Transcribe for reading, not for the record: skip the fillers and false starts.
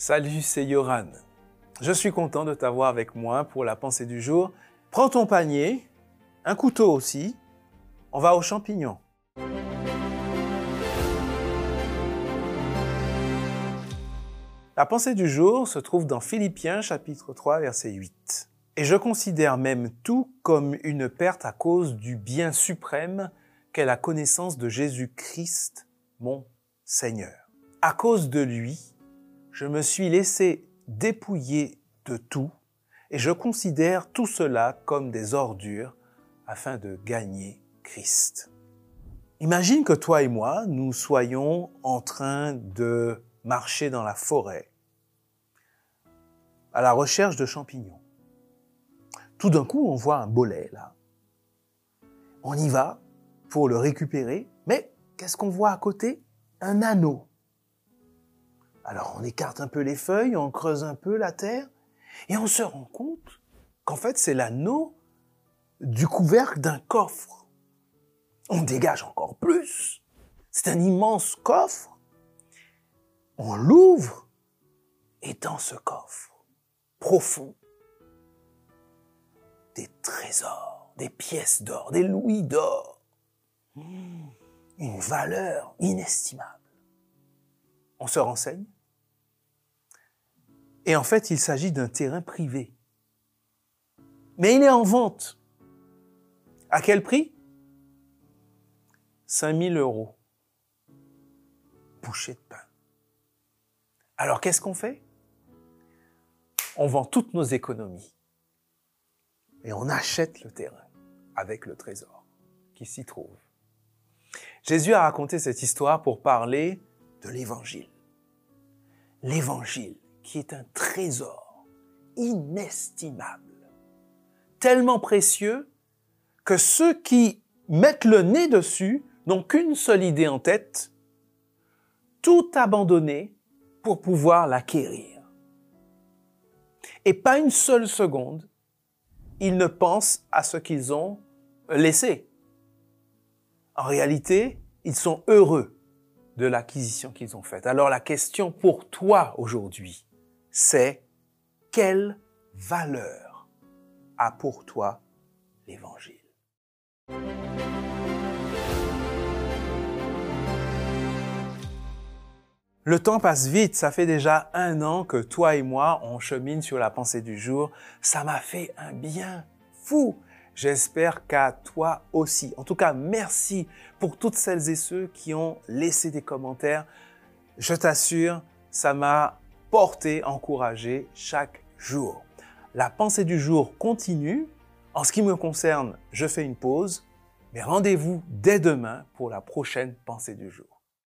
Salut, c'est Yoran. Je suis content de t'avoir avec moi pour la pensée du jour. Prends ton panier, un couteau aussi. On va aux champignons. La pensée du jour se trouve dans Philippiens chapitre 3 verset 8. Et je considère même tout comme une perte à cause du bien suprême qu'est la connaissance de Jésus-Christ, mon Seigneur. À cause de lui, je me suis laissé dépouiller de tout et je considère tout cela comme des ordures afin de gagner Christ. Imagine que toi et moi, nous soyons en train de marcher dans la forêt à la recherche de champignons. Tout d'un coup, on voit un bolet là. On y va pour le récupérer, mais qu'est-ce qu'on voit à côté? Un anneau. Alors on écarte un peu les feuilles, on creuse un peu la terre, et on se rend compte qu'en fait c'est l'anneau du couvercle d'un coffre. On dégage encore plus. C'est un immense coffre. On l'ouvre, et dans ce coffre profond, des trésors, des pièces d'or, des louis d'or, une valeur inestimable. On se renseigne. Et en fait, il s'agit d'un terrain privé. Mais il est en vente. À quel prix? 5 000 €. Bouchée de pain. Alors, qu'est-ce qu'on fait? On vend toutes nos économies. Et on achète le terrain avec le trésor qui s'y trouve. Jésus a raconté cette histoire pour parler de l'Évangile. L'Évangile qui est un trésor inestimable, tellement précieux que ceux qui mettent le nez dessus n'ont qu'une seule idée en tête, tout abandonner pour pouvoir l'acquérir. Et pas une seule seconde, ils ne pensent à ce qu'ils ont laissé. En réalité, ils sont heureux de l'acquisition qu'ils ont faite. Alors la question pour toi aujourd'hui, c'est quelle valeur a pour toi l'Évangile? Le temps passe vite, ça fait déjà 1 an que toi et moi, on chemine sur la pensée du jour. Ça m'a fait un bien fou. J'espère qu'à toi aussi. En tout cas, merci pour toutes celles et ceux qui ont laissé des commentaires. Je t'assure, ça m'a porté, encouragé chaque jour. La pensée du jour continue. En ce qui me concerne, je fais une pause, mais rendez-vous dès demain pour la prochaine pensée du jour.